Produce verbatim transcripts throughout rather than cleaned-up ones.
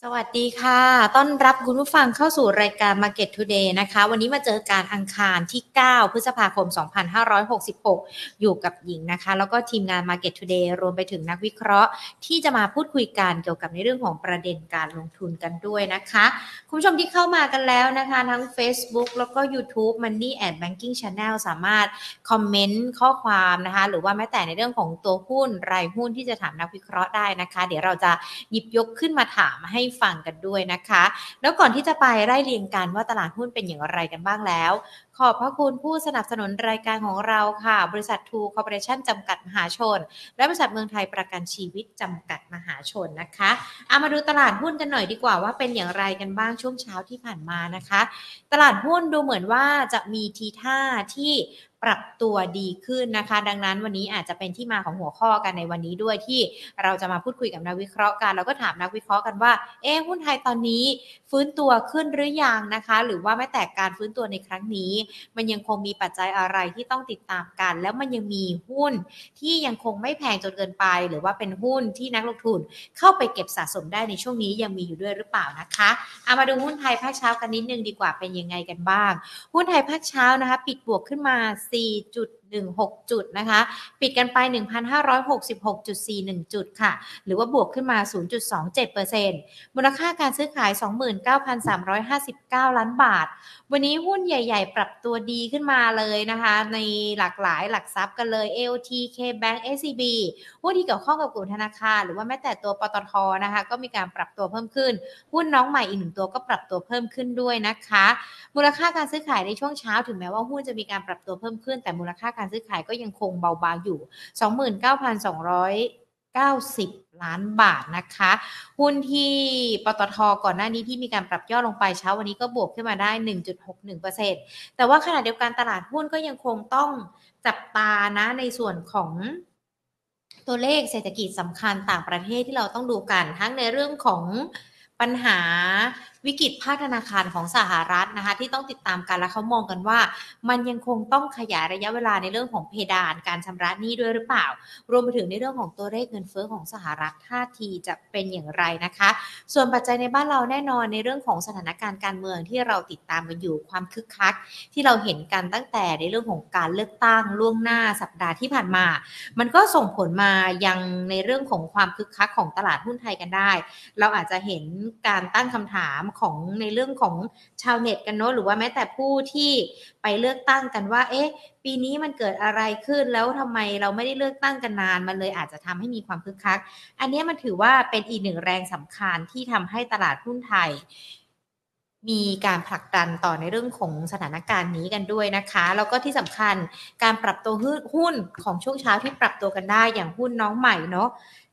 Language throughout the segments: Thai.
สวัสดีค่ะต้อนรับคุณผู้ฟังเข้าสู่รายการ Market Today นะคะวันนี้มาเจอการอังคารที่เก้าพฤษภาคมสองพันห้าร้อยหกสิบหกอยู่กับหญิงนะคะแล้วก็ทีมงาน Market Today รวมไปถึงนักวิเคราะห์ที่จะมาพูดคุยกันเกี่ยวกับในเรื่องของประเด็นการลงทุนกันด้วยนะคะคุณผู้ชมที่เข้ามากันแล้วนะคะทั้ง Facebook แล้วก็ YouTube Money and Banking Channel สามารถคอมเมนต์ข้อความนะคะหรือว่าแม้แต่ในเรื่องของตัวหุ้นรายหุ้นที่จะถามนักวิเคราะห์ได้นะคะเดี๋ยวเราจะหยิบยกขึ้นมาถามให้ฟังกันด้วยนะคะแล้วก่อนที่จะไปไล่เรียงกันว่าตลาดหุ้นเป็นอย่างไรกันบ้างแล้วขอบพระคุณผู้สนับสนุนรายการของเราค่ะบริษัททูคอร์ปอเรชั่นจำกัดมหาชนและบริษัทเมืองไทยประกันชีวิตจำกัดมหาชนนะคะเอามาดูตลาดหุ้นกันหน่อยดีกว่าว่าเป็นอย่างไรกันบ้างช่วงเช้าที่ผ่านมานะคะตลาดหุ้นดูเหมือนว่าจะมีทีท่าที่ปรับตัวดีขึ้นนะคะดังนั้นวันนี้อาจจะเป็นที่มาของหัวข้อกันในวันนี้ด้วยที่เราจะมาพูดคุยกับนักวิเคราะห์กันแล้วก็ถามนักวิเคราะห์กันว่าเอ๊ะหุ้นไทยตอนนี้ฟื้นตัวขึ้นหรือยังนะคะหรือว่าแม้แต่การฟื้นตัวในครั้งนี้มันยังคงมีปัจจัยอะไรที่ต้องติดตามกันแล้วมันยังมีหุ้นที่ยังคงไม่แพงจนเกินไปหรือว่าเป็นหุ้นที่นักลงทุนเข้าไปเก็บสะสมได้ในช่วงนี้ยังมีอยู่ด้วยหรือเปล่านะคะเอามาดูหุ้นไทยภาคเช้ากันนิดนึงดีกว่าเป็นยังไงกันบ้างหุ้นไทยภาคเช้านะคะปิดบวกขึ้นมา สี่จุดหนึ่งหก จุดนะคะปิดกันไป หนึ่งพันห้าร้อยหกสิบหกจุดสี่หนึ่ง จุดค่ะหรือว่าบวกขึ้นมา ศูนย์จุดสองเจ็ดเปอร์เซ็นต์ มูลค่าการซื้อขาย สองหมื่นเก้าพันสามร้อยห้าสิบเก้า ล้านบาทวันนี้หุ้นใหญ่ๆปรับตัวดีขึ้นมาเลยนะคะในหลากหลายหลักทรัพย์กันเลย เอ โอ ที K-Bank เอส ซี บี หุ้นที่เกี่ยวข้องกับกลุ่มธนาคารหรือว่าแม้แต่ตัวปตท.นะคะก็มีการปรับตัวเพิ่มขึ้นหุ้นน้องใหม่อีกหนึ่งตัวก็ปรับตัวเพิ่มขึ้นด้วยนะคะมูลค่าการซื้อขายในช่วงเช้าถึงแม้ว่าหุ้นจะมีการปรับตัวเพิ่มขึ้นแต่มูลค่าการซื้อขายก็ยังคงเบาบางอยู่ สองหมื่นเก้าพันสองร้อยเก้าสิบ ล้านบาทนะคะหุ้นที่ปตท.ก่อนหน้านี้ที่มีการปรับย่อลงไปเช้าวันนี้ก็บวกขึ้นมาได้ หนึ่งจุดหกหนึ่งเปอร์เซ็นต์ แต่ว่าขณะเดียวกันตลาดหุ้นก็ยังคงต้องจับตานะในส่วนของตัวเลขเศรษฐกิจสำคัญต่างประเทศที่เราต้องดูกันทั้งในเรื่องของปัญหาวิกฤตภาคธนาคารของสหรัฐนะคะที่ต้องติดตามกันและเขามองกันว่ามันยังคงต้องขยายระยะเวลาในเรื่องของเพดานการชำระหนี้ด้วยหรือเปล่ารวมไปถึงในเรื่องของตัวเลขเงินเฟ้อของสหรัฐท่าทีจะเป็นอย่างไรนะคะส่วนปัจจัยในบ้านเราแน่นอนในเรื่องของสถานการณ์การเมืองที่เราติดตามกันอยู่ความคึกคักที่เราเห็นกันตั้งแต่ในเรื่องของการเลือกตั้งล่วงหน้าสัปดาห์ที่ผ่านมามันก็ส่งผลมายังในเรื่องของความคึกคักของตลาดหุ้นไทยกันได้เราอาจจะเห็นการตั้งคำถามของในเรื่องของชาวเน็ตกันเนาะหรือว่าแม้แต่ผู้ที่ไปเลือกตั้งกันว่าเอ๊ะปีนี้มันเกิดอะไรขึ้นแล้วทำไมเราไม่ได้เลือกตั้งกันนานมันเลยอาจจะทำให้มีความคึกคักอันนี้มันถือว่าเป็นอีกหนึ่งแรงสำคัญที่ทำให้ตลาดหุ้นไทยมีการผลักดันต่อในเรื่องของสถานการณ์นี้กันด้วยนะคะแล้วก็ที่สำคัญการปรับตัวหุ้นของช่วงเช้าที่ปรับตัวกันได้อย่างหุ้นน้องใหม่เนาะ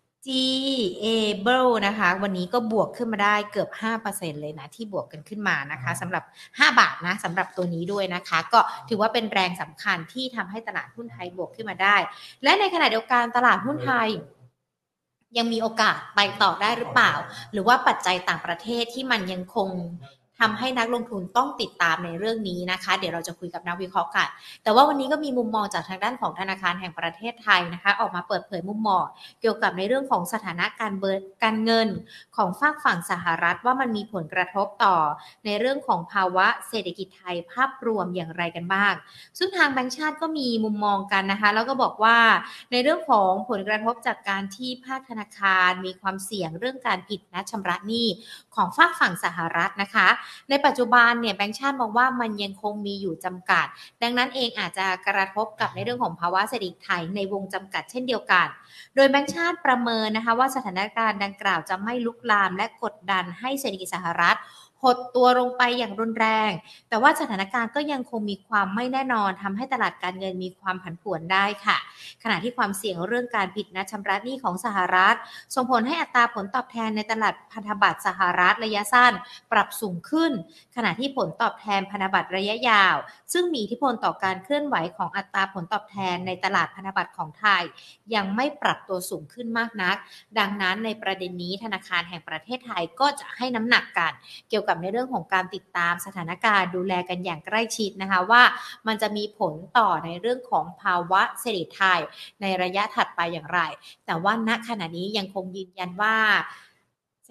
G-Able นะคะวันนี้ก็บวกขึ้นมาได้เกือบ ห้าเปอร์เซ็นต์ เลยนะที่บวกกันขึ้นมานะคะสำหรับห้าบาทนะสำหรับตัวนี้ด้วยนะคะก็ถือว่าเป็นแรงสำคัญที่ทำให้ตลาดหุ้นไทยบวกขึ้นมาได้และในขณะเดียวกันตลาดหุ้นไทยยังมีโอกาสไปต่อได้หรือเปล่าหรือว่าปัจจัยต่างประเทศที่มันยังคงทำให้นักลงทุนต้องติดตามในเรื่องนี้นะคะเดี๋ยวเราจะคุยกับนักวิเคราะห์กันแต่ว่าวันนี้ก็มีมุมมองจากทางด้านของธนาคารแห่งประเทศไทยนะคะออกมาเปิดเผยมุมมองเกี่ยวกับในเรื่องของสถานะการเบิร์การเงินของฝากฝั่งสหรัฐว่ามันมีผลกระทบต่อในเรื่องของภาวะเศรษฐกิจไทยภาพรวมอย่างไรกันบ้างซึ่งทางแบงก์ชาติก็มีมุมมองกันนะคะแล้วก็บอกว่าในเรื่องของผลกระทบจากการที่ภาคธนาคารมีความเสี่ยงเรื่องการผิดนัดชำระหนี้ของฝากฝั่งสหรัฐนะคะในปัจจุบันเนี่ยแบงก์ชาติมองว่ามันยังคงมีอยู่จำกัดดังนั้นเองอาจจะกระทบกับในเรื่องของภาวะเศรษฐกิจไทยในวงจำกัดเช่นเดียวกันโดยแบงก์ชาติประเมินนะคะว่าสถานการณ์ดังกล่าวจะไม่ลุกลามและกดดันให้เศรษฐกิจสหรัฐหดตัวลงไปอย่างรุนแรงแต่ว่าสถานการณ์ก็ยังคงมีความไม่แน่นอนทำให้ตลาดการเงินมีความผันผวนได้ค่ะขณะที่ความเสี่ยงเรื่องการผิดนัดชำระหนี้ของสหรัฐส่งผลให้อัตราผลตอบแทนในตลาดพันธบัตรสหรัฐระยะสั้นปรับสูงขึ้นขณะที่ผลตอบแทนพันธบัตรระยะยาวซึ่งมีอิทธิพลต่อการเคลื่อนไหวของอัตราผลตอบแทนในตลาดพันธบัตรของไทยยังไม่ปรับตัวสูงขึ้นมากนักดังนั้นในประเด็นนี้ธนาคารแห่งประเทศไทยก็จะให้น้ำหนักกันเกี่ยวกับในเรื่องของการติดตามสถานการณ์ดูแลกันอย่างใกล้ชิดนะคะว่ามันจะมีผลต่อในเรื่องของภาวะเศรษฐกิจไทยในระยะถัดไปอย่างไรแต่ว่าณขณะนี้ยังคงยืนยันว่าเศ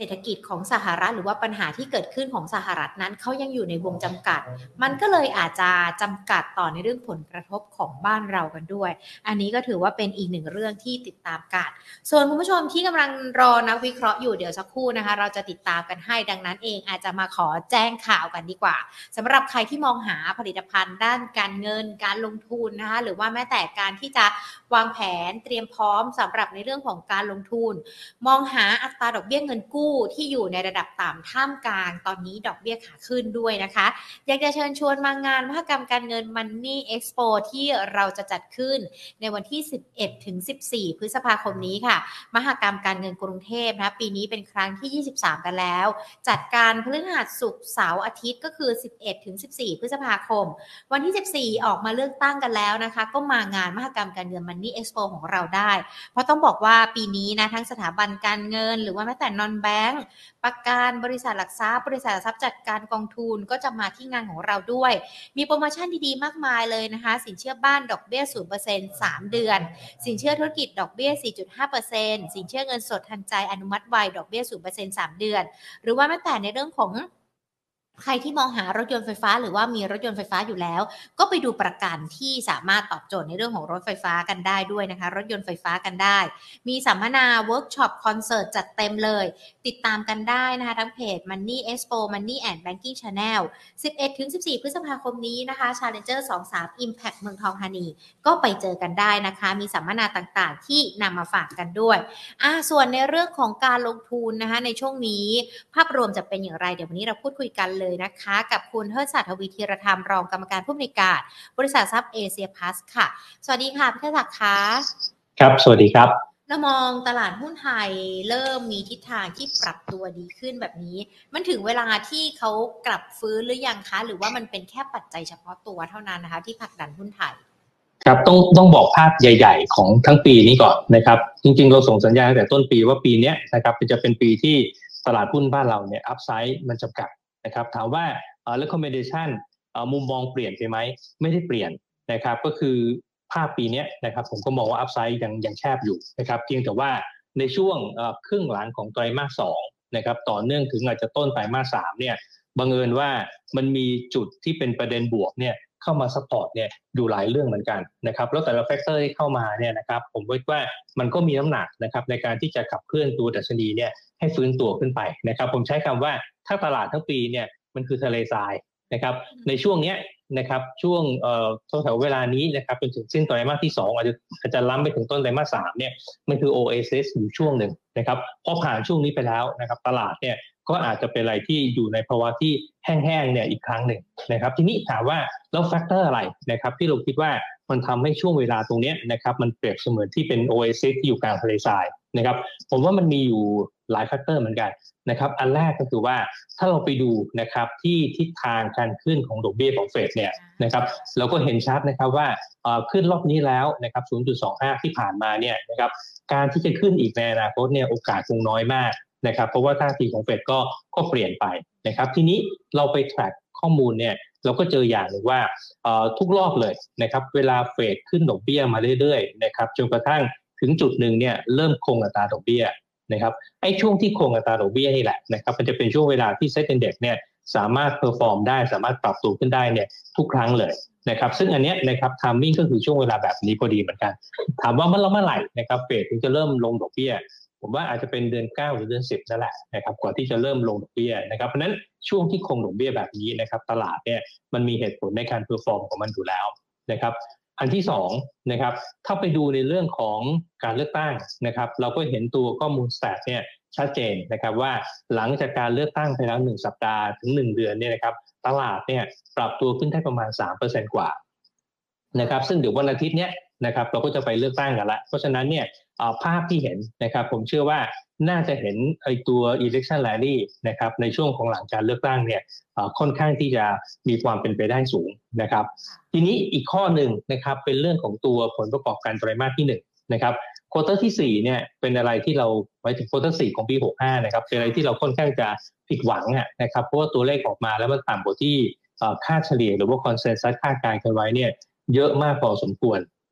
เศรษฐกิจของสหรัฐหรือว่าปัญหาที่เกิดขึ้นของสหรัฐนั้นเขายังอยู่ในวงจำกัดมันก็เลยอาจจะจำกัดต่อในเรื่องผลกระทบของบ้านเรากันด้วยอันนี้ก็ถือว่าเป็นอีกหนึ่งเรื่องที่ติดตามกันส่วนคุณผู้ชมที่กำลังรอนักวิเคราะห์อยู่เดี๋ยวสักครู่นะคะเราจะติดตามกันให้ดังนั้นเองอาจจะมาขอแจ้งข่าวกันดีกว่าสำหรับใครที่มองหาผลิตภัณฑ์ด้านการเงินการลงทุนนะคะหรือว่าแม้แต่การที่จะวางแผนเตรียมพร้อมสำหรับในเรื่องของการลงทุนมองหาอัตราดอกเบี้ยเงินกู้ที่อยู่ในระดับต่ำท่ามกลางตอนนี้ดอกเบี้ยขาขึ้นด้วยนะคะอยากจะเชิญชวนมางานมหกรรมการเงิน Money Expo ที่เราจะจัดขึ้นในวันที่สิบเอ็ดถึงสิบสี่พฤษภาคมนี้ค่ะมหกรรมการเงินกรุงเทพนะปีนี้เป็นครั้งที่ยี่สิบสามกันแล้วจัดการพฤหัสศุกร์เสาร์อาทิตย์ก็คือสิบเอ็ดถึงสิบสี่พฤษภาคมวันที่สิบสี่ออกมาเลือกตั้งกันแล้วนะคะก็มางานมหกรรมการเงิน Money Expo ของเราได้เพราะต้องบอกว่าปีนี้นะทั้งสถาบันการเงินหรือว่าแม้แต่ non bank ประกันบริษัทหลักทรัพย์บริษัทหลักทรัพย์จัดการกองทุนก็จะมาที่งานของเราด้วยมีโปรโมชั่นดีๆมากมายเลยนะคะสินเชื่อบ้านดอกเบี้ย ศูนย์เปอร์เซ็นต์ สามเดือนสินเชื่อธุรกิจดอกเบี้ย สี่จุดห้าเปอร์เซ็นต์ สินเชื่อเงินสดทันใจอนุมัติไวดอกเบี้ย ศูนย์เปอร์เซ็นต์ สามเดือนหรือว่าแม้แต่ในเรื่องของใครที่มองหารถยนต์ไฟฟ้าหรือว่ามีรถยนต์ไฟฟ้าอยู่แล้วก็ไปดูประกันที่สามารถตอบโจทย์ในเรื่องของรถไฟฟ้ากันได้ด้วยนะคะรถยนต์ไฟฟ้ากันได้มีสัมมนาเวิร์กช็อปคอนเสิร์ตจัดเต็มเลยติดตามกันได้นะคะทั้งเพจ Money Expo Money and Banking Channel สิบเอ็ดถึงสิบสี่พฤษภาคมนี้นะคะ Challenger สองสิบสาม Impact เมืองทองธานีก็ไปเจอกันได้นะคะมีสัมมนาต่างๆที่นำมาฝากกันด้วยอ่าส่วนในเรื่องของการลงทุนนะคะในช่วงนี้ภาพรวมจะเป็นอย่างไรเดี๋ยววันนี้เราพูดคุยกันเลยนะคะกับคุณเทิดศักดิ์ ทวีธีรธรรมรองกรรมการผู้อำนวยการบริษัททรัพย์เอเชียพลัสค่ะสวัสดีค่ะพี่เทิดศักดิ์คะครับสวัสดีครับเรามองตลาดหุ้นไทยเริ่มมีทิศทางที่ปรับตัวดีขึ้นแบบนี้มันถึงเวลาที่เขากลับฟื้นหรือยังคะหรือว่ามันเป็นแค่ปัจจัยเฉพาะตัวเท่านั้นนะคะที่ผลักดันหุ้นไทยครับต้องต้องบอกภาพใหญ่ๆของทั้งปีนี้ก่อนนะครับจริงๆเราส่งสัญญาณตั้งแต่ต้นปีว่าปีนี้นะครับจะเป็นปีที่ตลาดหุ้นบ้านเราเนี่ยอัพไซด์มันจำกัดนะครับถามว่าเอ่อ recommendation เอ่อมุมมองเปลี่ยนไปไหมไม่ได้เปลี่ยนนะครับก็คือภาพปีนี้นะครับผมก็มองว่าอัพไซด์ยังยังแคบอยู่นะครับเพียงแต่ว่าในช่วงเอ่อครึ่งหลังของไตรมาสสองนะครับต่อเนื่องถึงอาจจะต้นไตรมาสสามเนี่ยบังเอิญว่ามันมีจุดที่เป็นประเด็นบวกเนี่ยเข้ามาซัพพอร์ตเนี่ยดูหลายเรื่องเหมือนกันนะครับแล้วแต่ละแฟกเตอร์ที่เข้ามาเนี่ยนะครับผมคิดว่ามันก็มีน้ำหนักนะครับในการที่จะขับเคลื่อนตัวดัชนีเนี่ยให้ฟื้นตัวขึ้นไปนะครับผมใช้คำว่าถ้าตลาดทั้งปีเนี่ยมันคือทะเลทรายนะครับในช่วงนี้นะครับช่วงเอ่อแถวเวลานี้นะครับจนถึงสิ้นไตรมาสที่สองอาจจะอาจจะล้ำไปถึงต้นไตรมาสสามเนี่ยมันคือ โอ เอ เอส อยู่ช่วงหนึ่งนะครับพอผ่านช่วงนี้ไปแล้วนะครับตลาดเนี่ยก็อาจจะเป็นอะไรที่อยู่ในภาวะที่แห้งๆเนี่ยอีกครั้งหนึ่งนะครับทีนี้ถามว่าแล้วแฟกเตอร์อะไรนะครับที่เราคิดว่ามันทำให้ช่วงเวลาตรงนี้นะครับมันเปรียบเสมือนที่เป็น โอ เอ เอส ที่อยู่กลางทะเลทรายนะครับผมว่ามันมีอยู่หลายแฟกเตอร์เหมือนกันนะครับอันแรกก็คือว่าถ้าเราไปดูนะครับที่ทิศทางการขึ้นของดอกเบี้ยของเฟดเนี่ยนะครับเราก็เห็นชัดนะครับว่าขึ้นรอบนี้แล้วนะครับ ศูนย์จุดสองห้า ที่ผ่านมาเนี่ยนะครับการที่จะขึ้นอีกในอนาคตเนี่ยโอกาสคงน้อยมากนะครับเพราะว่าท่าทีของเฟดก็ก็เปลี่ยนไปนะครับทีนี้เราไปแทร็กข้อมูลเนี่ยเราก็เจออย่างหนึ่งว่าทุกรอบเลยนะครับเวลาเฟดขึ้นดอกเบี้ยมาเรื่อยๆนะครับจนกระทั่งถึงจุดหนึ่งเนี่ยเริ่มคงอัตราดอกเบี้ยนะครับไอ้ช่วงที่คงอัตราดอกเบี้ยนี่แหละนะครับมันจะเป็นช่วงเวลาที่ Set Index เนี่ยสามารถเพอร์ฟอร์มได้สามารถปรับตัวขึ้นได้เนี่ยทุกครั้งเลยนะครับซึ่งอันเนี้ยนะครับไทมิ่งก็คือช่วงเวลาแบบนี้พอดีเหมือนกันถามว่าเมื่อเมื่อไหร่นะครับเฟดถึงจะเริ่มลงดอกเบี้ยผมว่าอาจจะเป็นเดือนเก้าหรือเดือนสิบนั่นแหละนะครับก่อนที่จะเริ่มลงดอกเบี้ยนะครับเพราะนั้นช่วงที่คงดอกเบี้ยแบบนี้นะครับตลาดเนี่ยมันมีเหตุผลในการเพอร์ฟอร์มของมันอยู่แล้วนะครับอันที่สองนะครับถ้าไปดูในเรื่องของการเลือกตั้งนะครับเราก็เห็นตัวข้อมูลสแตทเนี่ยชัดเจนนะครับว่าหลังจากการเลือกตั้งไปแล้วหนึ่งสัปดาห์ถึงหนึ่งเดือนเนี่ยนะครับตลาดเนี่ยปรับตัวขึ้นได้ประมาณ สามเปอร์เซ็นต์ กว่านะครับซึ่งเดี๋ยววันอาทิตย์เนี้ยนะครับเราก็จะไปเลือกตั้งกันละเพราะฉะนั้นเนี่ยภาพที่เห็นนะครับผมเชื่อว่าน่าจะเห็นไอ้ตัว election rally นะครับในช่วงของหลังการเลือกตั้งเนี่ยค่อนข้างที่จะมีความเป็นไปได้สูงนะครับทีนี้อีกข้อหนึ่งนะครับเป็นเรื่องของตัวผลประกอบการไตรมาสที่หนึ่งนะครับควอเตอร์ที่สี่เนี่ยเป็นอะไรที่เราหมายถึงควอเตอร์สี่ของปีหกสิบห้านะครับเป็นอะไรที่เราค่อนข้างจะผิดหวังอ่ะนะครับเพราะว่าตัวเลขออกมาแล้วมันต่ำกว่าที่คาดเฉลี่ยหรือว่าคอนเซนแซสคาดการณ์กันไว้เนี่ยเยอะมากพอสมควร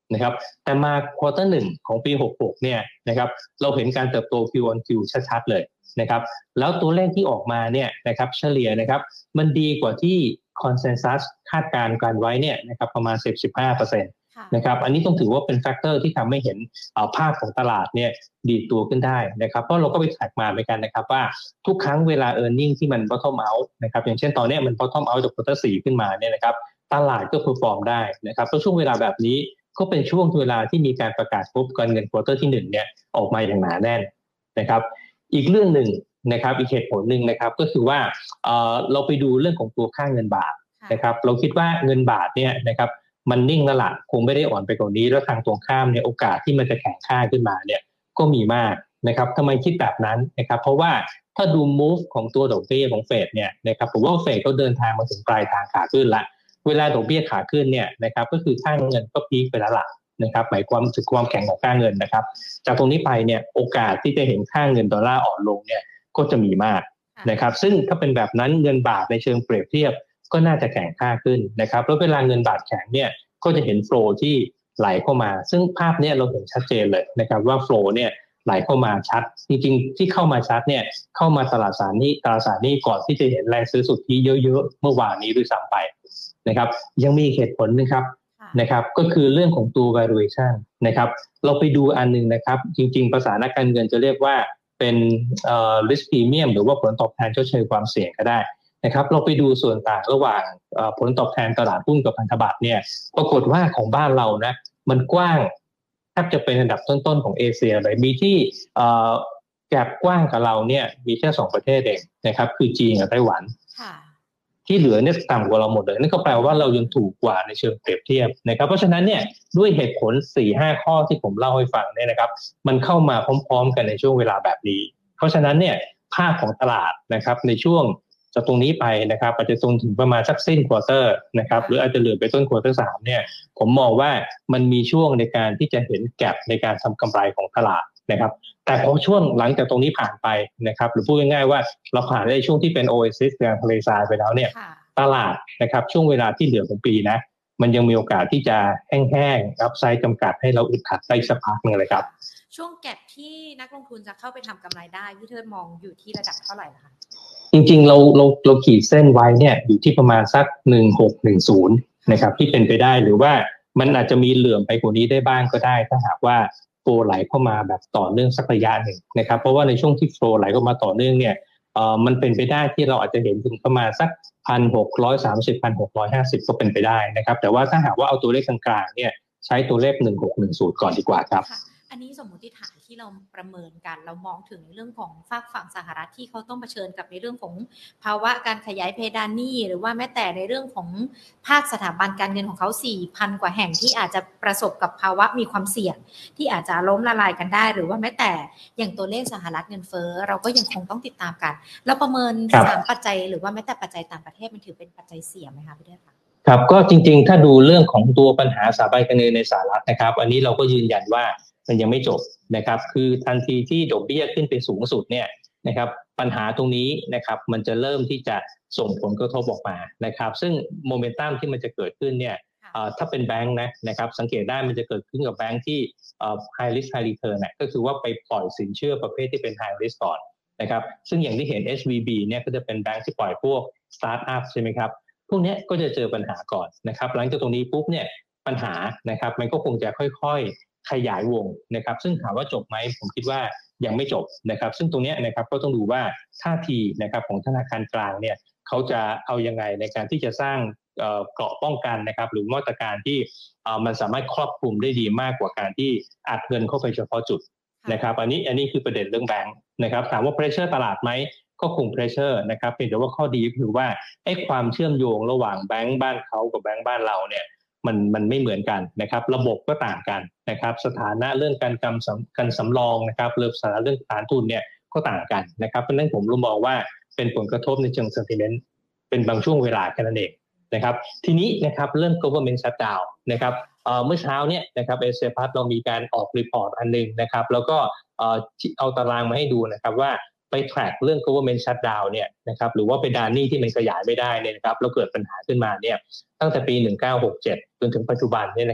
นะครับแต่มาควอเตอร์หนึ่งของปีหกสิบหกเนี่ยนะครับเราเห็นการเติบโต Q on Q ชัดๆเลยนะครับแล้วตัวเลขที่ออกมาเนี่ยนะครับเฉลี่ยนะครับมันดีกว่าที่คอนเซนแซสคาดการณ์กันไว้เนี่ยนะครับประมาณ สิบถึงสิบห้าเปอร์เซ็นต์ นะครับอันนี้ต้องถือว่าเป็นแฟกเตอร์ที่ทำให้เห็นภาพของตลาดเนี่ยดีดตัวขึ้นได้นะครับเพราะเราก็ไปแทร็กมาเหมือนกันนะครับว่าทุกครั้งเวลา earning ที่มัน bottom out นะครับอย่างเช่นตอนนี้มัน bottom out จากควอเตอร์สี่ขึ้นมาเนี่ยนะครับตลาดก็เพอร์ฟอร์มได้นะครับเพราะช่วงเวลาแบบนี้ก็เป็นช่วงเวลาที่มีการประกาศงบการเงินควอเตอร์ที่หนึ่งเนี่ยออกมาอย่างหนาแน่นนะครับอีกเรื่องหนึ่งนะครับอีกเหตุผลหนึ่งนะครับก็คือว่าเอ่อเราไปดูเรื่องของตัวค่าเงินบาทนะครับเราคิดว่าเงินบาทเนี่ยนะครับมันนิ่งแล้วล่ะคงไม่ได้อ่อนไปกว่านี้แล้วทางตรงข้ามเนี่ยโอกาสที่มันจะแข็งค่าขึ้นมาเนี่ยก็มีมากนะครับทำไมคิดแบบนั้นนะครับเพราะว่าถ้าดู move ของตัวดอกเบี้ยของเฟดเนี่ยนะครับผมว่าเฟดก็เดินทางมาถึงปลายทางขาขึ้นละเวลาดอกเบี้ยขาขึ้นเนี่ยนะครับก็คือค่าเงินก็พีคไปแล้วล่ะนะครับหมายความถึงความแข็งของค่าเงินนะครับจากตรงนี้ไปเนี่ยโอกาสที่จะเห็นค่าเงินดอลลาร์อ่อนลงเนี่ยก็จะมีมากนะครับซึ่งถ้าเป็นแบบนั้นเงินบาทในเชิงเปรียบเทียบก็น่าจะแข็งค่าขึ้นนะครับแล้วเวลาเงินบาทแข็งเนี่ยก็จะเห็นโฟลว์ที่ไหลเข้ามาซึ่งภาพนี้เราเห็นชัดเจนเลยนะครับว่าโฟลว์เนี่ยไหลเข้ามาชัดจริงๆที่เข้ามาชัดเนี่ยเข้ามาตลาดสารหนี้ตลาดสารหนี้ก่อนที่จะเห็นแรงซื้อสุทธิเยอะๆเมื่อวานนี้ด้วยซ้ำไปนะครับยังมีเหตุผลนึงครับนะครับก็คือเรื่องของตัว valuation นะครับเราไปดูอันนึงนะครับจริงๆภาษานักการเงินจะเรียกว่าเป็นเอ่อ risk premium หรือว่าผลตอบแทนชดเชยความเสี่ยงก็ได้นะครับเราไปดูส่วนต่างระหว่างผลตอบแทนตลาดหุ้นกับพันธบัตรเนี่ยปรากฏว่าของบ้านเรานะมันกว้างแทบจะเป็นอันดับต้นๆของเอเชียเลยมีที่แกปกว้างกับเราเนี่ยมีแค่สองประเทศเองนะครับคือจีนกับไต้หวันที่เหลือเนี่ยต่ำกว่าเราหมดเลยนั่นก็แปลว่าเรายังถูกกว่าในเชิงเปรียบเทียบนะครับเพราะฉะนั้นเนี่ยด้วยเหตุผล สี่ห้า ข้อที่ผมเล่าให้ฟังเนี่ยนะครับมันเข้ามาพร้อมๆกันในช่วงเวลาแบบนี้เพราะฉะนั้นเนี่ยภาพของตลาดนะครับในช่วงจากตรงนี้ไปนะครับอาจจะจนถึงประมาณสักสิ้นควอเตอร์นะครับหรืออาจจะเหลือไปต้นควอเตอร์สามเนี่ยผมมองว่ามันมีช่วงในการที่จะเห็นแก็ปในการทำกำไรของตลาดนะครับแต่พอช่วงหลังจากตรงนี้ผ่านไปนะครับหรือพูดง่ายๆว่าเราผ่านในช่วงที่เป็น โอ เอซิส กลางทะเลทรายไปแล้วเนี่ยตลาดนะครับช่วงเวลาที่เหลือของปีนะมันยังมีโอกาสที่จะแห้งๆอัพไซด์จำกัดให้เราอึดอัดได้สักพักนึงเลยครับช่วงแก็ปที่นักลงทุนจะเข้าไปทำกำไรได้พี่เทิดมองอยู่ที่ระดับเท่าไหร่คะจริงๆเราเราเราขีดเส้นไว้เนี่ยอยู่ที่ประมาณสักหนึ่งพันหกร้อยสิบนะครับที่เป็นไปได้หรือว่ามันอาจจะมีเหลื่อมไปกว่านี้ได้บ้างก็ได้ถ้าหากว่าโฟลว์ไหลเข้ามาแบบต่อเนื่องสักระยะหนึ่งนะครับเพราะว่าในช่วงที่โฟลว์ไหลเข้ามาต่อเนื่องเนี่ยเอ่อมันเป็นไปได้ที่เราอาจจะเห็นถึงประมาณสัก หนึ่งพันหกร้อยสามสิบ หนึ่งพันหกร้อยห้าสิบ ก็เป็นไปได้นะครับแต่ว่าถ้าหากว่าเอาตัวเลขกลางๆเนี่ยใช้ตัวเลขหนึ่งพันหกร้อยสิบก่อนดีกว่าครับอันนี้สมมติฐานที่เราประเมินกันเรามองถึงในเรื่องของฝากฝั่งสหรัฐที่เขาต้องเผชิญกับในเรื่องของภาวะการขยายเพดานหนี้หรือว่าแม้แต่ในเรื่องของภาคสถาบันการเงินของเขา สี่พัน กว่าแห่งที่อาจจะประสบกับภาวะมีความเสี่ยงที่อาจจะล้มละลายกันได้หรือว่าแม้แต่อย่างตัวเลขสหรัฐเงินเฟ้อเราก็ยังคงต้องติดตามกันเราประเมินสามปัจจัยหรือว่าแม้แต่ปัจจัยต่างประเทศมันถือเป็นปัจจัยเสี่ยงไหมคะพี่เดชคะครับก็จริงๆถ้าดูเรื่องของตัวปัญหาสถาบันการเงินในสหรัฐนะครับอันนี้เราก็ยืนยันว่ามันยังไม่จบนะครับคือทันทีที่ดอกเบี้ยขึ้นไปสูงสุดเนี่ยนะครับปัญหาตรงนี้นะครับมันจะเริ่มที่จะส่งผลกระทบออกมานะครับซึ่งโมเมนตัมที่มันจะเกิดขึ้นเนี่ยถ้าเป็นแบงค์นะนะครับสังเกตได้มันจะเกิดขึ้นกับแบงค์ที่ high risk high return น่ะก็คือว่าไปปล่อยสินเชื่อประเภทที่เป็น high risk ก่อนนะครับซึ่งอย่างที่เห็น เอช วี บี เนี่ยก็จะเป็นแบงค์ที่ปล่อยพวก start up ใช่ไหมครับพวกนี้ก็จะเจอปัญหาก่อนนะครับหลังจากตรงนี้ปุ๊บเนี่ยปัญหานะครับมันก็คงจะค่อยๆขยายวงนะครับซึ่งถามว่าจบไหมผมคิดว่ายังไม่จบนะครับซึ่งตรงนี้นะครับก็ต้องดูว่าท่าทีนะครับของธนาคารกลางเนี่ยเขาจะเอายังไงในการที่จะสร้างเกราะป้องกันนะครับหรือมาตรการที่มันสามารถครอบคลุมได้ดีมากกว่าการที่อัดเงินเข้าไปเฉพาะจุดนะครับอันนี้อันนี้คือประเด็นเรื่องแบงค์นะครับถามว่า pressure ตลาดไหมก็คง pressure นะครับเพียงแต่ว่าข้อดีก็คือว่าไอ้ความเชื่อมโยงระหว่างแบงก์บ้านเขากับแบงก์บ้านเราเนี่ยมันมันไม่เหมือนกันนะครับระบบก็ต่างกันนะครับสถานะเรื่องการกำสำการสำรองนะครับเรื่องสถานะเรื่องฐานทุนเนี่ยก็ต่างกันนะครับเพราะฉะนั้นผมรู้มองว่าเป็นผลกระทบในเชิง sentiment เป็นบางช่วงเวลาแค่นั้นเองนะครับทีนี้นะครับเรื่อง government shutdown นะครับเอ่อเมื่อเช้าเนี่ยนะครับเอเชียพัฒน์เรามีการออกรีพอร์ตอันนึงนะครับแล้วก็เอ่อเอาตารางมาให้ดูนะครับว่าไป track เรื่อง government shutdown เนี่ยนะครับหรือว่าเป็นดานนี่ที่มันขยายไม่ได้เนี่ยนะครับแล้วเกิดปัญหาขึ้นมาเนี่ยตั้งแต่ปีหนึ่งพันเก้าร้อยหกสิบเจ็ดจนถึงปัจจุบันเนี่ยนะครับ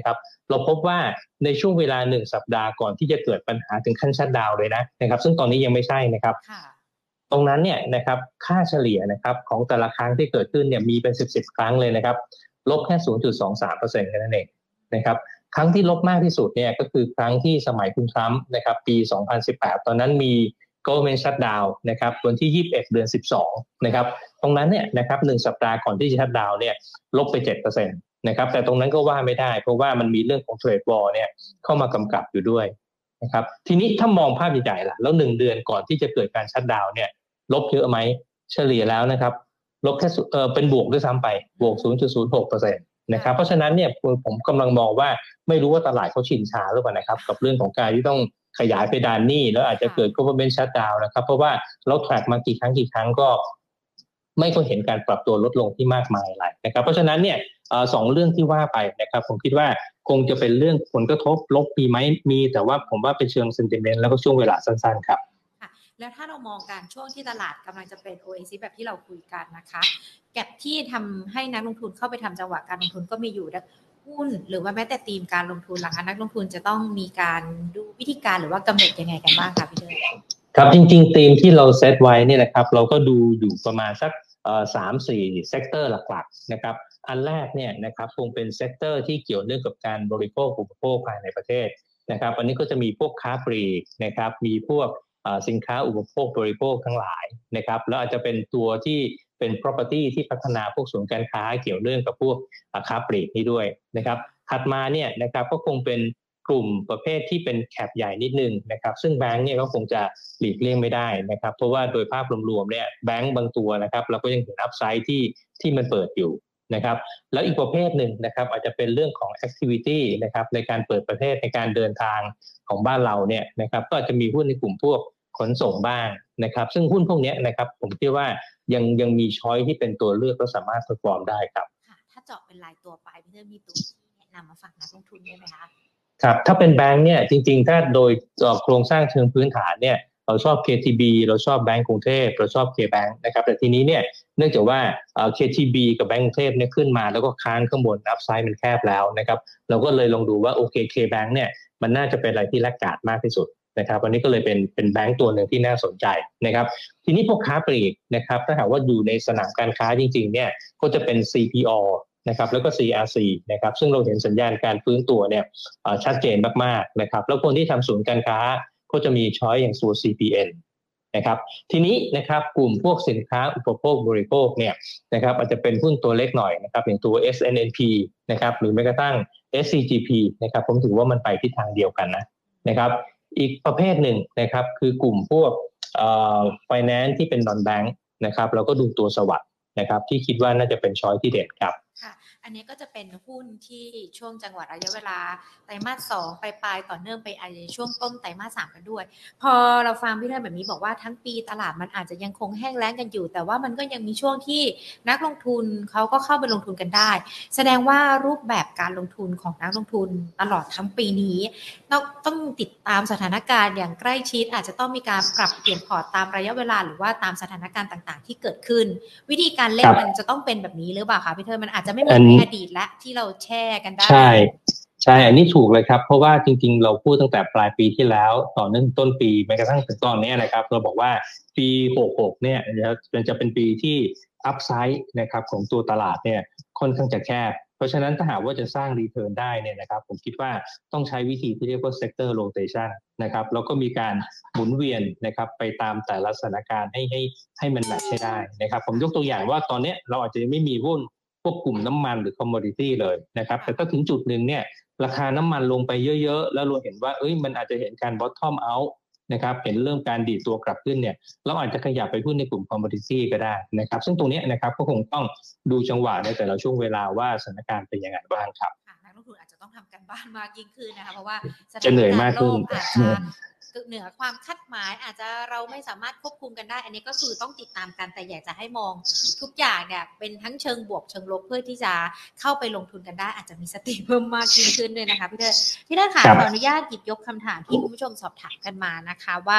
เราพบว่าในช่วงเวลาหนึ่งสัปดาห์ก่อนที่จะเกิดปัญหาถึงขั้นชัตดาวน์เลยนะนะครับซึ่งตอนนี้ยังไม่ใช่นะครับตรงนั้นเนี่ยนะครับค่าเฉลี่ยนะครับของแต่ละครั้งที่เกิดขึ้นเนี่ยมีเป็นสิบสิบครั้งเลยนะครับลบแค่ ศูนย์จุดสองสามเปอร์เซ็นต์ แค่นั้นเองนะครับครั้งที่ลบมากที่สุดเนี่ยก็คือครั้งที่สมัยคุณทรัมป์นะครับปีสองพันสิบแปดตอนนั้นมี government shutdown นะครับวันที่ยี่สิบเอ็ดเดือนสิบสองนะครับตรงนั้นเนี่ยนะครับหนึ่งสัปดาห์ก่อนที่จะ shutdown เนี่ยลบไป เจ็ดเปอร์เซ็นต์ นะครับแต่ตรงนั้นก็ว่าไม่ได้เพราะว่ามันมีเรื่องของ trade war เนี่ยเข้ามากำกับอยู่ด้วยนะครับทีนี้ถ้ามองภาพใหญ่ๆล่ะแล้วหนึ่งเดือนก่อนที่จะเกิดการ shutdown เนี่ยลบเยอะไหมเฉลี่ยแล้วนะครับลบแค่เออเป็นบวกด้วยซ้ำไปบวก ศูนย์จุดศูนย์หกเปอร์เซ็นต์ นะครับเพราะฉะนั้นเนี่ยผมกำลังมองว่าไม่รู้ว่าตลาดเขาชินชาหรือเปล่านะครับกับเรื่องของการที่ต้องขยายเพดานหนี้แล้วอาจจะเกิด government shutdown นะครับเพราะว่าเราแทร็กมากี่ครั้งกี่ครั้งก็ไม่ค่อยเห็นการปรับตัวลดลงที่มากมายอะไรนะครับเพราะฉะนั้นเนี่ยสองเรื่องที่ว่าไปนะครับผมคิดว่าคงจะเป็นเรื่องผลกระทบลบมีไหมมีแต่ว่าผมว่าเป็นเชิง sentiment แล้วก็ช่วงเวลาสั้นๆครับแล้วถ้าเรามองการช่วงที่ตลาดกำลังจะเป็น โอ เอ ซี แบบที่เราคุยกันนะคะแก็บที่ทำให้นักลงทุนเข้าไปทำจังหวะการลงทุนก็มีอยู่หุ้นหรือว่าแม้แต่ธีมการลงทุนหลังนักลงทุนจะต้องมีการดูวิธีการหรือว่ากำหนดยังไงกันบ้างคะพี่เดินครับจริงๆธีมที่เราเซตไว้เนี่ยนะครับเราก็ดูอยู่ประมาณสักเอ่อ สามถึงสี่ เซกเตอร์หลักๆนะครับอันแรกเนี่ยนะครับคงเป็นเซกเตอร์ที่เกี่ยวเนื่องกับการบริโภคอุปโภคภายในประเทศนะครับอันนี้ก็จะมีพวกค้าปลีกนะครับมีพวกสินค้าอุปโภคบริโภคทั้งหลายนะครับแล้วอาจจะเป็นตัวที่เป็น property ที่พัฒนาพวกศูนย์การค้าเกี่ยวเนื่องกับพวกค้าปลีกนี้ด้วยนะครับถัดมาเนี่ยนะครับก็คงเป็นกลุ่มประเภทที่เป็นแคปใหญ่นิดนึงนะครับซึ่งแบงก์เนี่ยก็คงจะหลีกเลี่ยงไม่ได้นะครับเพราะว่าโดยภาพรวมๆเนี่ยแบงก์บางตัวนะครับเราก็ยังเห็นอัพไซด์ที่ที่มันเปิดอยู่นะครับแล้วอีกประเภทหนึ่งนะครับอาจจะเป็นเรื่องของ activity นะครับในการเปิดประเทศในการเดินทางของบ้านเราเนี่ยนะครับก็อาจจะมีหุ้นในกลุ่มพวกขนส่งบ้างนะครับซึ่งหุ้นพวกนี้นะครับผมคิดว่ายังยังมีช้อยที่เป็นตัวเลือกและสามารถเพอร์ฟอร์มได้ครับค่ะถ้าเจาะเป็นรายตัวไปพี่เพิ่มมีตัวที่แนะนำมาฝากนักลงทุนได้ไหมคะครับถ้าเป็นแบงค์เนี่ยจริงๆถ้าโดยโครงสร้างเชิงพื้นฐานเนี่ยเราชอบ เค ที บี เราชอบแบงก์กรุงเทพเราชอบ K-Bank นะครับแต่ทีนี้เนี่ยเนื่องจากว่า เค ที บี กับแบงก์กรุงเทพเนี่ยขึ้นมาแล้วก็ค้างข้างบนอัพไซด์มันแคบแล้วนะครับเราก็เลยลองดูว่าโอเค K-Bank เนี่ยมันน่าจะเป็นอะไรที่แลกขาดมากที่สุดนะครับวันนี้ก็เลยเป็นเป็นแบงก์ตัวหนึ่งที่น่าสนใจนะครับทีนี้พวกค้าปลีกนะครับถ้าหากว่าอยู่ในสนามการค้าจริงๆเนี่ยก็จะเป็น ซี พี โอนะครับแล้วก็ ซี อาร์ ซี นะครับซึ่งเราเห็นสัญญาณการฟื้นตัวเนี่ยชัดเจนมากๆนะครับแล้วคนที่ทำศูนย์การค้าก็จะมีช้อยอย่างตัว ซี พี เอ็น นะครับทีนี้นะครับกลุ่มพวกสินค้าอุปโภคบริโภคเนี่ยนะครับอาจจะเป็นหุ้นตัวเล็กหน่อยนะครับอย่างตัว เอส เอ็น เอ็น พี นะครับหรือแม้กระทั่ง เอส ซี จี พี นะครับผมถือว่ามันไปทิศทางเดียวกันนะนะครับอีกประเภทหนึ่งนะครับคือกลุ่มพวกเอ่อ finance ที่เป็น non bank นะครับเราก็ดูตัวสวัสด์นะครับที่คิดว่าน่าจะเป็นช้อยที่เด่นครับค่ะอันนี้ก็จะเป็นหุ้นที่ช่วงจังหวะระยะเวลาไตรมาสสองปลายๆต่อเนื่องไปอาจจะช่วงต้นไตรมาสสามกันด้วยพอเราฟังพี่เทิดแบบนี้บอกว่าทั้งปีตลาดมันอาจจะยังคงแห้งแล้งกันอยู่แต่ว่ามันก็ยังมีช่วงที่นักลงทุนเขาก็เข้าไปลงทุนกันได้แสดงว่ารูปแบบการลงทุนของนักลงทุนตลอดทั้งปีนี้ต้องต้องติดตามสถานการณ์อย่างใกล้ชิดอาจจะต้องมีการปรับเปลี่ยนพอร์ตตามระยะเวลาหรือว่าตามสถานการณ์ต่างๆที่เกิดขึ้นวิธีการเล่นมันจะต้องเป็นแบบนี้หรือเปล่าคะพี่เทิดมันอาจจะไม่เหมือนในอดีตและที่เราแชร์กันได้ใช่ใช่อันนี้ถูกเลยครับเพราะว่าจริงๆเราพูดตั้งแต่ปลายปีที่แล้วต่อเนื่องต้นปีแม้กระทั่งถึงตอนนี้นะครับเราบอกว่าปีหกสิบหกเนี่ยจะเป็นปีที่อัพไซด์นะครับของตัวตลาดเนี่ยค่อนข้างจะแคบเพราะฉะนั้นถ้าหากว่าจะสร้างรีเทิร์นได้เนี่ยนะครับผมคิดว่าต้องใช้วิธีที่เรียกว่า sector rotation นะครับแล้วก็มีการหมุนเวียนนะครับไปตามแต่ละสถานการณ์ให้ให้ให้มันแมทช์ให้ได้นะครับผมยกตัวอย่างว่าตอนนี้เราอาจจะไม่มีหุ้นพวกกลุ่มน้ำมันหรือ commodity เลยนะครับแต่ถ้าถึงจุดหนึ่งเนี่ยราคาน้ำมันลงไปเยอะๆแล้วเราเห็นว่าเอ้ยมันอาจจะเห็นการ bottom out นะครับเห็นเริ่มการดีดตัวกลับขึ้นเนี่ยเราอาจจะขยับไปหุ้นในกลุ่ม commodity ก็ได้นะครับซึ่งตรงนี้นะครับก็คงต้องดูจังหวะในแต่ละช่วงเวลาว่าสถานการณ์เป็นยังไงบ้างครับนักลงทุนอาจจะต้องทำการบ้านมากยิ่งขึ้นนะคะเพราะว่าจะเหนื่อยมากขึ้นอาจจะเหนือความคาดหมายอาจจะเราไม่สามารถควบคุมกันได้อันนี้ก็คือต้องติดตามกันแต่อยากจะให้มองทุกอย่างเนี่ยเป็นทั้งเชิงบวกเชิงลบเพื่อที่จะเข้าไปลงทุนกันได้อาจจะมีสติเพิ่มมากยิ่งขึ้นด้วยนะคะพี่เทิดพี่เทิดค่ะขออนุญาตหยิบยกคำถามที่คุณผู้ชมสอบถามกันมานะคะว่า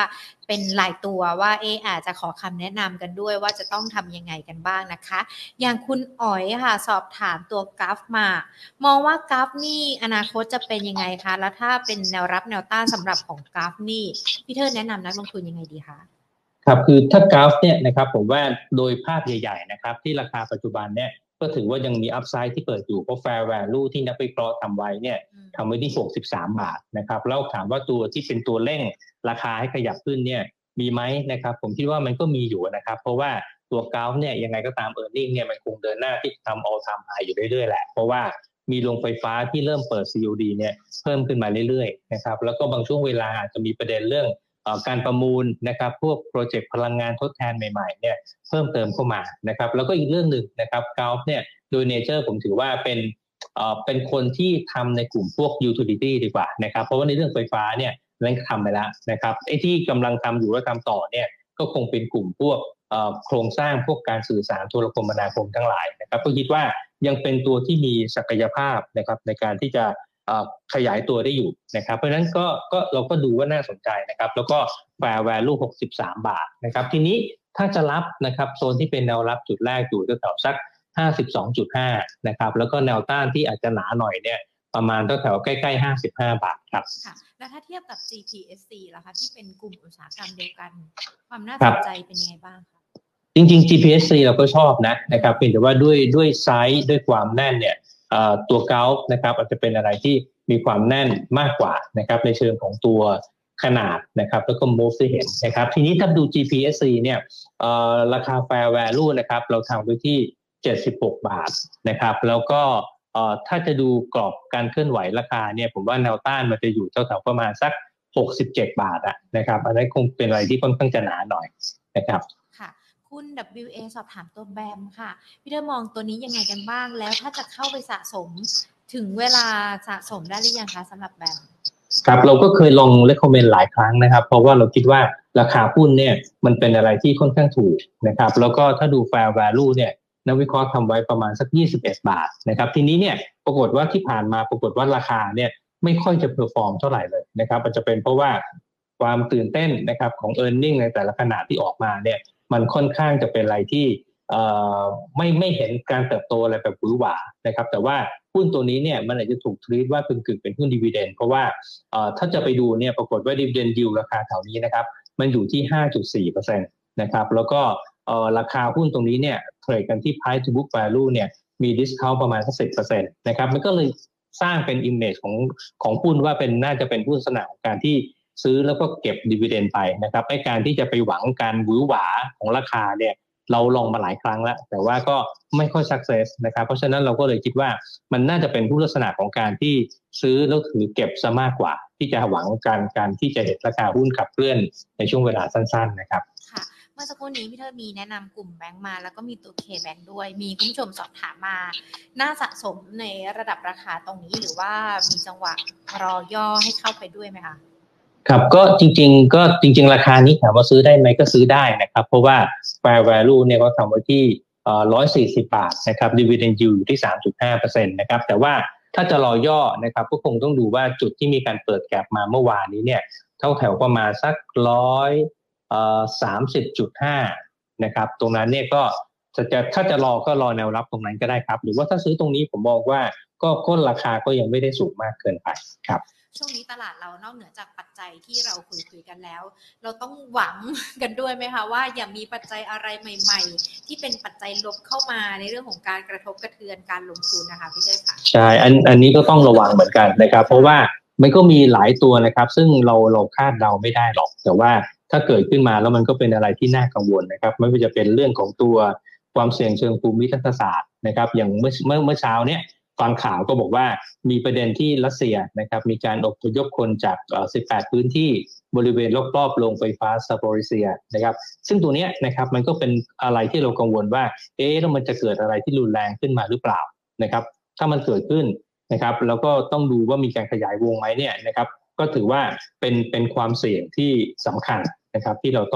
เป็นหลายตัวว่าเอออาจจะขอคำแนะนำกันด้วยว่าจะต้องทำยังไงกันบ้างนะคะอย่างคุณอ๋อยค่ะสอบถามตัวกราฟมามองว่ากราฟนี่อนาคตจะเป็นยังไงคะแล้วถ้าเป็นแนวรับแนวต้านสำหรับของกราฟนี่พี่เทิดแนะนำนักลงทุนยังไงดีคะครับคือถ้ากราฟเนี่ยนะครับผมว่าโดยภาพใหญ่ๆนะครับที่ราคาปัจจุบันเนี่ยก็ถือว่ายังมีอัพไซด์ที่เปิดอยู่เพราะ Fair Value ที่นักวิเคราะห์ทำไว้เนี่ยทำไว้ที่หกสิบสามบาทนะครับแล้วถามว่าตัวที่เป็นตัวเร่งราคาให้ขยับขึ้นเนี่ยมีไหมนะครับผมคิดว่ามันก็มีอยู่นะครับเพราะว่าตัวกราฟเนี่ยยังไงก็ตาม earning เนี่ยมันคงเดินหน้าที่ทำ all time high อยู่เรื่อยๆแหละเพราะว่ามีโรงไฟฟ้าที่เริ่มเปิด ซี โอ ดี เนี่ยเพิ่มขึ้นมาเรื่อยๆนะครับแล้วก็บางช่วงเวลาอาจจะมีประเด็นเรื่องการประมูลนะครับพวกโปรเจกต์พลังงานทดแทนใหม่ๆเนี่ยเพิ่มเติมเข้ามานะครับแล้วก็อีกเรื่องหนึ่งนะครับกราฟเนี่ยโดยเนเจอร์ผมถือว่าเป็นเอ่อเป็นคนที่ทำในกลุ่มพวก utility ดีกว่านะครับเพราะว่าในเรื่องไฟฟ้าเนี่ยนั่นก็ทำไปแล้วนะครับไอ้ที่กำลังทำอยู่และทำต่อเนี่ยก็คงเป็นกลุ่มพวกเอ่อโครงสร้างพวกการสื่อสารโทรคมนาคมทั้งหลายนะครับก็คิดว่ายังเป็นตัวที่มีศักยภาพนะครับในการที่จะขยายตัวได้อยู่นะครับเพราะฉะนั้นก็ก็เราก็ดูว่าน่าสนใจนะครับแล้วก็ Fair Value หกสิบสามบาทนะครับทีนี้ถ้าจะรับนะครับโซนที่เป็นแนวรับจุดแรกอยู่แถวๆสัก ห้าสิบสองจุดห้า นะครับแล้วก็แนวต้านที่อาจจะหนาหน่อยเนี่ยประมาณแถวๆใกล้ๆห้าสิบห้าบาทครับค่ะแล้วถ้าเทียบกับ จี พี เอส ซี ล่ะคะที่เป็นกลุ่มอุตสาหกรรมเดียวกันความน่าสนใจเป็นยังไงบ้างคะจริงๆ จี พี เอส ซี เราก็ชอบนะนะครับเพียงแต่ว่าด้วยด้วยไซส์ด้วยความแน่นเนี่ยตัวเกาฟนะครับอาจจะเป็นอะไรที่มีความแน่นมากกว่านะครับในเชิงของตัวขนาดนะครับแล้วก็ move ที่เห็นนะครับทีนี้ถ้าดู จี พี เอส ซี เนี่ยราคา fair value นะครับเราทำไว้ที่เจ็ดสิบหกบาทนะครับแล้วก็ถ้าจะดูกรอบการเคลื่อนไหวราคาเนี่ยผมว่าแนวต้านมันจะอยู่แถวๆประมาณสักหกสิบเจ็ดบาทอะนะครับอันนั้นคงเป็นอะไรที่ค่อนข้างจะหนาหน่อยนะครับค่ะคุณ ดับเบิลยู เอ สอบถามตัวแบมค่ะพี่เดอมองตัวนี้ยังไงกันบ้างแล้วถ้าจะเข้าไปสะสมถึงเวลาสะสมได้หรือยังคะสำหรับแบมครับเราก็เคยลอง recommend หลายครั้งนะครับเพราะว่าเราคิดว่าราคาหุ้นเนี่ยมันเป็นอะไรที่ค่อนข้างถูกนะครับแล้วก็ถ้าดู fair value เนี่ยนักวิเคราะห์ทำไว้ประมาณสักยี่สิบเอ็ดบาทนะครับทีนี้เนี่ยปรากฏว่าที่ผ่านมาปรากฏว่าราคาเนี่ยไม่ค่อยจะเพอร์ฟอร์มเท่าไหร่เลยนะครับอาจจะเป็นเพราะว่าความตื่นเต้นนะครับของ earning ในแต่ละขนาดที่ออกมาเนี่ยมันค่อนข้างจะเป็นอะไรที่ไม่ไม่เห็นการเติบโตอะไรแบบหวือหวานะครับแต่ว่าหุ้นตัวนี้เนี่ยมันอาจจะถูกทรีตว่าเป็นกึ่งเป็นหุ้นดิวิเดนด์เพราะว่าถ้าจะไปดูเนี่ยปรากฏว่าดิวิเดนด์ยิลด์ราคาแถวนี้นะครับมันอยู่ที่ ห้าจุดสี่เปอร์เซ็นต์ นะครับแล้วก็ราคาหุ้นตรงนี้เนี่ยเทรดกันที่ price to book value เนี่ยมี discount ประมาณสัก สิบเปอร์เซ็นต์ นะครับมันก็เลยสร้างเป็น image ของของหุ้นว่าเป็นน่าจะเป็นหุ้นลักษณะของการที่ซื้อแล้วก็เก็บดิวิเดนด์ไปนะครับในการที่จะไปหวังการหวือหวาของราคาเนี่ยเราลองมาหลายครั้งแล้วแต่ว่าก็ไม่ค่อย success นะครับเพราะฉะนั้นเราก็เลยคิดว่ามันน่าจะเป็นผู้ลักษณะของการที่ซื้อแล้วถือเก็บซะมากกว่าที่จะหวังการการที่จะเห็นราคาหุ้นขับเคลื่อนในช่วงเวลาสั้นๆนะครับค่ะเมื่อสักครู่นี้พี่เทิดมีแนะนำกลุ่มแบงก์มาแล้วก็มีตัว K-Bank ด้วยมีคุณผู้ชมสอบถามมาน่าสะสมในระดับราคาตรงนี้หรือว่ามีจังหวะรอย่อให้เข้าไปด้วยไหมคะครับก็จริงๆก็จริงๆราคานี้ถามว่าซื้อได้ไหมก็ซื้อได้นะครับเพราะว่า fair value เนี่ยเขาทำไว้ที่เอ่อหนึ่งร้อยสี่สิบบาทนะครับ dividend yield อยู่ที่ สามจุดห้าเปอร์เซ็นต์ นะครับแต่ว่าถ้าจะรอย่อนะครับก็คงต้องดูว่าจุดที่มีการเปิดแก็ปมาเมื่อวานนี้เนี่ยเท่าแถวประมาณสักร้อยเอ่อสามสิบจุดห้านะครับตรงนั้นเนี่ยก็จะจะถ้าจะรอก็รอแนวรับตรงนั้นก็ได้ครับหรือว่าถ้าซื้อตรงนี้ผมมองว่าก็ก็ราคาก็ยังไม่ได้สูงมากเกินไปครับช่วงนี้ตลาดเรานอกเหนือจากปัจจัยที่เราคุยคุยกันแล้วเราต้องหวังกันด้วยไหมคะว่าอย่ามีปัจจัยอะไรใหม่ๆที่เป็นปัจจัยลบเข้ามาในเรื่องของการกระทบกระเทือนการลงทุนนะคะพี่เจ้ค่ะใช่อันอันนี้ก็ต้องระวังเหมือนกันนะครับเพราะว่ามันก็มีหลายตัวนะครับซึ่งเราเราคาดเดาไม่ได้หรอกแต่ว่าถ้าเกิดขึ้นมาแล้วมันก็เป็นอะไรที่น่ากังวลนะครับไม่ว่าจะเป็นเรื่องของตัวความเสี่ยงเชิงภูมิทัศศาสตร์นะครับอย่างเมื่อเมื่อเมื่อเช้าเนี้ยฟังข่าวก็บอกว่ามีประเด็นที่รัสเซียนะครับมีการอพยพคนจากสิบแปดพื้นที่บริเวณรอบๆโรงไฟฟ้าซาโปริเซียนะครับซึ่งตัวนี้นะครับมันก็เป็นอะไรที่เรากังวลว่าเอ๊ะแล้วมันจะเกิดอะไรที่รุนแรงขึ้นมาหรือเปล่านะครับถ้ามันเกิดขึ้นนะครับแล้วก็ต้องดูว่ามีการขยายวงไหมเนี่ยนะครับก็ถือว่าเป็นเป็นความเสี่ยงที่สำคัญนะครับที่เราต้อง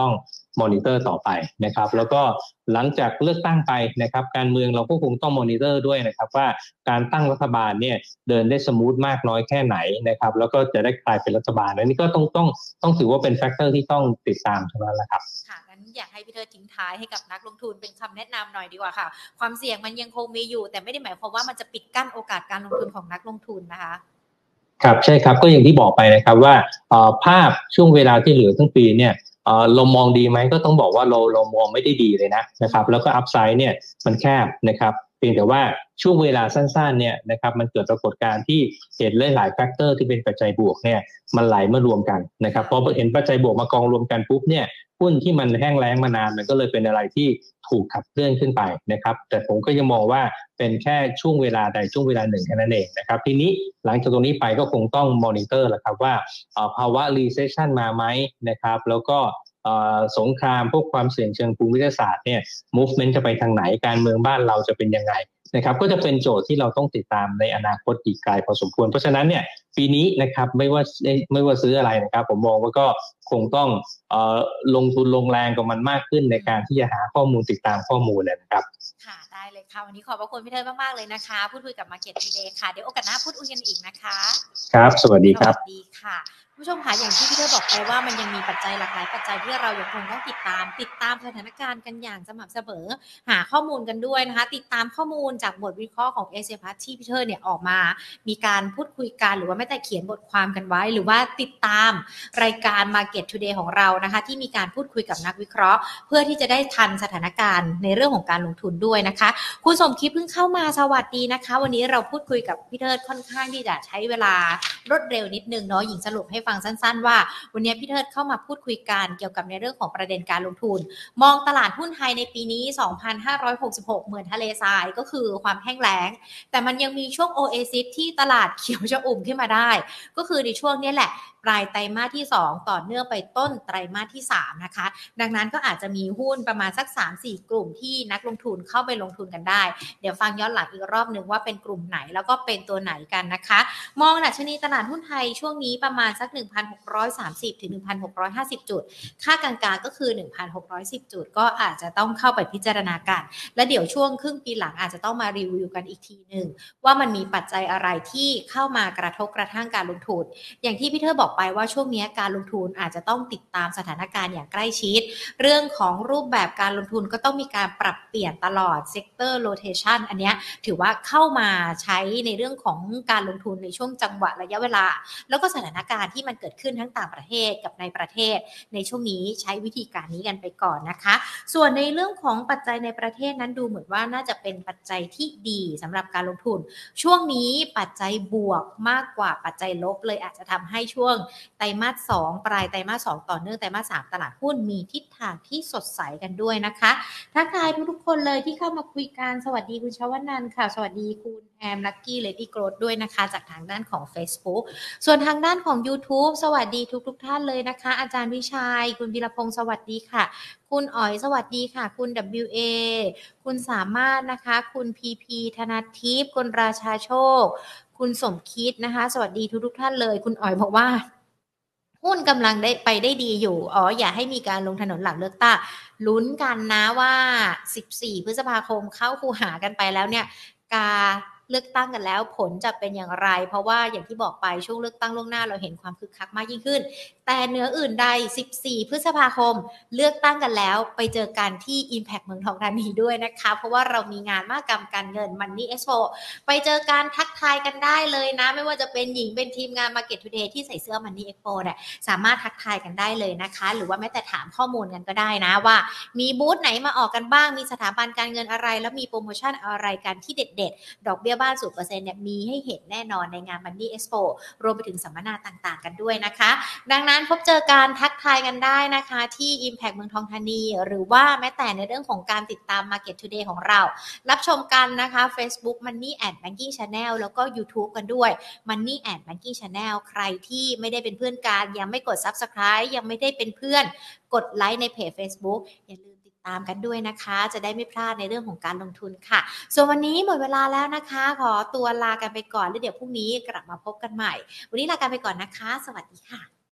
มอนิเตอร์ต่อไปนะครับแล้วก็หลังจากเลือกตั้งไปนะครับการเมืองเราก็คงต้องมอนิเตอร์ด้วยนะครับว่าการตั้งรัฐบาลเนี่ยเดินได้สมูทมากน้อยแค่ไหนนะครับแล้วก็จะได้กลายเป็นรัฐบาลอันนี้ก็ต้องต้องต้องถือว่าเป็นแฟกเตอร์ที่ต้องติดตามเท่านั้นแหละครับค่ะงั้นอยากให้พี่เทิดทิ้งท้ายให้กับนักลงทุนเป็นคำแนะนำหน่อยดีกว่าค่ะความเสี่ยงมันยังคงมีอยู่แต่ไม่ได้หมายความว่ามันจะปิดกั้นโอกาสการลงทุนของนักลงทุนนะคะครับใช่ครับก็อย่างที่บอกไปนะครับว่าภาพช่วงเวลาที่เหลือทั้งปีเนี่ยเรามองดีไหมก็ต้องบอกว่าเราเรามองไม่ได้ดีเลยนะนะครับแล้วก็อัพไซด์เนี่ยมันแคบนะครับเพียงแต่ว่าช่วงเวลาสั้นๆเนี่ยนะครับมันเกิดปรากฏการณ์ที่เห็นหลายๆแฟกเตอร์ที่เป็นปัจจัยบวกเนี่ยมันไหลมารวมกันนะครับพอเห็นปัจจัยบวกมากองรวมกันปุ๊บเนี่ยหุ้นที่มันแห้งแล้งมานานมันก็เลยเป็นอะไรที่ถูกขับเคลื่อนขึ้นไปนะครับแต่ผมก็ยังมองว่าเป็นแค่ช่วงเวลาใดช่วงเวลาหนึ่งแค่นั้นเองนะครับทีนี้หลังจากตรงนี้ไปก็คงต้องมอนิเตอร์แหละครับว่าภาวะ recession มาไหมนะครับแล้วก็สงครามพวกความเสี่ยงเชิงภูมิศาสตร์เนี่ย movement จะไปทางไหนการเมืองบ้านเราจะเป็นยังไงนะครับก็จะเป็นโจทย์ที่เราต้องติดตามในอนาคตอีกไกลพอสมควรเพราะฉะนั้นเนี่ยปีนี้นะครับไม่ว่าไม่ว่าซื้ออะไรนะครับผมมองว่าก็คงต้องเอ่อลงทุนลงแรงกับมันมากขึ้นในการที่จะหาข้อมูลติดตามข้อมูลนะครับค่ะได้เลยค่ะวันนี้ขอบพระคุณพี่เทิดมากๆเลยนะคะพูดคุยกับ Market Today ค่ะเดี๋ยวโอกาสหน้าพูดคุยกันอีกนะคะครับสวัสดีครับสวัสดีค่ะผู้ชมค่ะอย่างที่พี่เทิดบอกไปว่ามันยังมีปัจจัยหลากหลายปัจจัยที่เรายังคงต้องติดตามติดตามสถานการณ์กันอย่างสม่ำเสมอหาข้อมูลกันด้วยนะคะติดตามข้อมูลจากบทวิเคราะห์ของ เอ เซีย Plus ที่พี่เทิดเนี่ยออกมามีการพูดคุยกันหรือว่าแม้แต่เขียนบทความกันไว้หรือว่าติดตามรายการ Market Today ของเรานะคะที่มีการพูดคุยกับนักวิเคราะห์เพื่อที่จะได้ทันสถานการณ์ในเรื่องของการลงทุนด้วยนะคะคุณสมคิดเพิ่งเข้ามาสวัสดีนะคะวันนี้เราพูดคุยกับพี่เทิดค่อนข้างที่จะใช้เวลารวดเร็วนิดนึงเนาะหญิงสรุปให้ฟังสั้นๆว่าวันนี้พี่เทิดเข้ามาพูดคุยกันเกี่ยวกับในเรื่องของประเด็นการลงทุนมองตลาดหุ้นไทยในปีนี้สองพันห้าร้อยหกสิบหกเหมือนทะเลทรายก็คือความแห้งแล้งแต่มันยังมีช่วงโอเอซิสที่ตลาดเขียวชอุ่มขึ้นมาได้ก็คือในช่วงนี้แหละปลายไตรมาสที่สองต่อเนื่องไปต้นไตรมาสที่สามนะคะดังนั้นก็อาจจะมีหุ้นประมาณสัก สามถึงสี่ กลุ่มที่นักลงทุนเข้าไปลงทุนกันได้เดี๋ยวฟังย้อนหลังอีกรอบนึงว่าเป็นกลุ่มไหนแล้วก็เป็นตัวไหนกันนะคะมองดัชนีตลาดหุ้นไทยช่วงนี้ประมาณสัก หนึ่งพันหกร้อยสามสิบ ถึง หนึ่งพันหกร้อยห้าสิบ จุดค่ากลางๆก็คือ หนึ่งพันหกร้อยสิบ จุดก็อาจจะต้องเข้าไปพิจารณากันและเดี๋ยวช่วงครึ่งปีหลังอาจจะต้องมารีวิวกันอีกทีนึงว่ามันมีปัจจัยอะไรที่เข้ามากระทบกระทั่งการลงทุนอย่างที่พี่เธอบอกไปว่าช่วงนี้การลงทุนอาจจะต้องติดตามสถานการณ์อย่างใกล้ชิดเรื่องของรูปแบบการลงทุนก็ต้องมีการปรับเปลี่ยนตลอด sector rotation อันนี้ถือว่าเข้ามาใช้ในเรื่องของการลงทุนในช่วงจังหวะระยะเวลาแล้วก็สถานการณ์ที่มันเกิดขึ้นทั้งต่างประเทศกับในประเทศในช่วงนี้ใช้วิธีการนี้กันไปก่อนนะคะส่วนในเรื่องของปัจจัยในประเทศนั้นดูเหมือนว่าน่าจะเป็นปัจจัยที่ดีสำหรับการลงทุนช่วงนี้ปัจจัยบวกมากกว่าปัจจัยลบเลยอาจจะทำให้ช่วงไตรมาสสองปลายไตรมาสสองต่อเนื่องไตรมาสสามตลาดหุ้นมีทิศทางที่สดใสกันด้วยนะคะทักทายทุกๆคนเลยที่เข้ามาคุยกันสวัสดีคุณชวนันท์ค่ะสวัสดีคุณแอมลักกี้เลดี้โกรธด้วยนะคะจากทางด้านของ Facebook ส่วนทางด้านของ YouTube สวัสดีทุกๆท่านเลยนะคะอาจารย์วิชัยคุณวีรพงศ์สวัสดีค่ะคุณอ๋อยสวัสดีค่ะคุณ ดับเบิลยู เอ คุณสามารถนะคะคุณ พี พี ธนทิพย์คุณราชาโชคคุณสมคิดนะคะสวัสดีทุกๆท่านเลยคุณอ๋อยบอกว่าหุ้นกำลังได้ไปได้ดีอยู่อ๋ออย่าให้มีการลงถนนหลังเลือกตั้งลุ้นกันนะว่าสิบสี่พฤษภาคมเข้าคูหากันไปแล้วเนี่ยกาเลือกตั้งกันแล้วผลจะเป็นอย่างไรเพราะว่าอย่างที่บอกไปช่วงเลือกตั้งล่วงหน้าเราเห็นความคึกคักมากยิ่งขึ้นแต่เหนืออื่นใดสิบสี่พฤษภาคมเลือกตั้งกันแล้วไปเจอกันที่ Impact เมืองทองธานีด้วยนะคะเพราะว่าเรามีงานมหกรรมการเงิน Money Expo ไปเจอการทักทายกันได้เลยนะไม่ว่าจะเป็นหญิงเป็นทีมงาน Market Today ที่ใส่เสื้อ Money Expo เนี่ยสามารถทักทายกันได้เลยนะคะหรือว่าแม้แต่ถามข้อมูลกันก็ได้นะว่ามีบูธไหนมาออกกันบ้างมีสถาบันการเงินอะไรแล้วมีโปรโมชั่นอะไรกันที่เด็ดๆดอกเบี้ยบ้าน ศูนย์เปอร์เซ็นต์ เนี่ยมีให้เห็นแน่นอนในงาน Money Expo รวมไปถึงสัมมนาต่างๆกันด้วยนะคะดังนั้นพบเจอการทักทายกันได้นะคะที่ Impact เมืองทองธานีหรือว่าแม้แต่ในเรื่องของการติดตาม Market Today ของเรารับชมกันนะคะ Facebook Money and Banking Channel แล้วก็ YouTube กันด้วย Money and Banking Channel ใครที่ไม่ได้เป็นเพื่อนกันยังไม่กด Subscribe ยังไม่ได้เป็นเพื่อนกดไลค์ในเพจ Facebook อย่าลืมติดตามกันด้วยนะคะจะได้ไม่พลาดในเรื่องของการลงทุนค่ะส่วนวันนี้หมดเวลาแล้วนะคะขอตัวลากันไปก่อนแล้วเดี๋ยวพรุ่งนี้กลับมาพบกันใหม่วันนี้ลากันไปก่อนนะคะสวัสดีค่ะ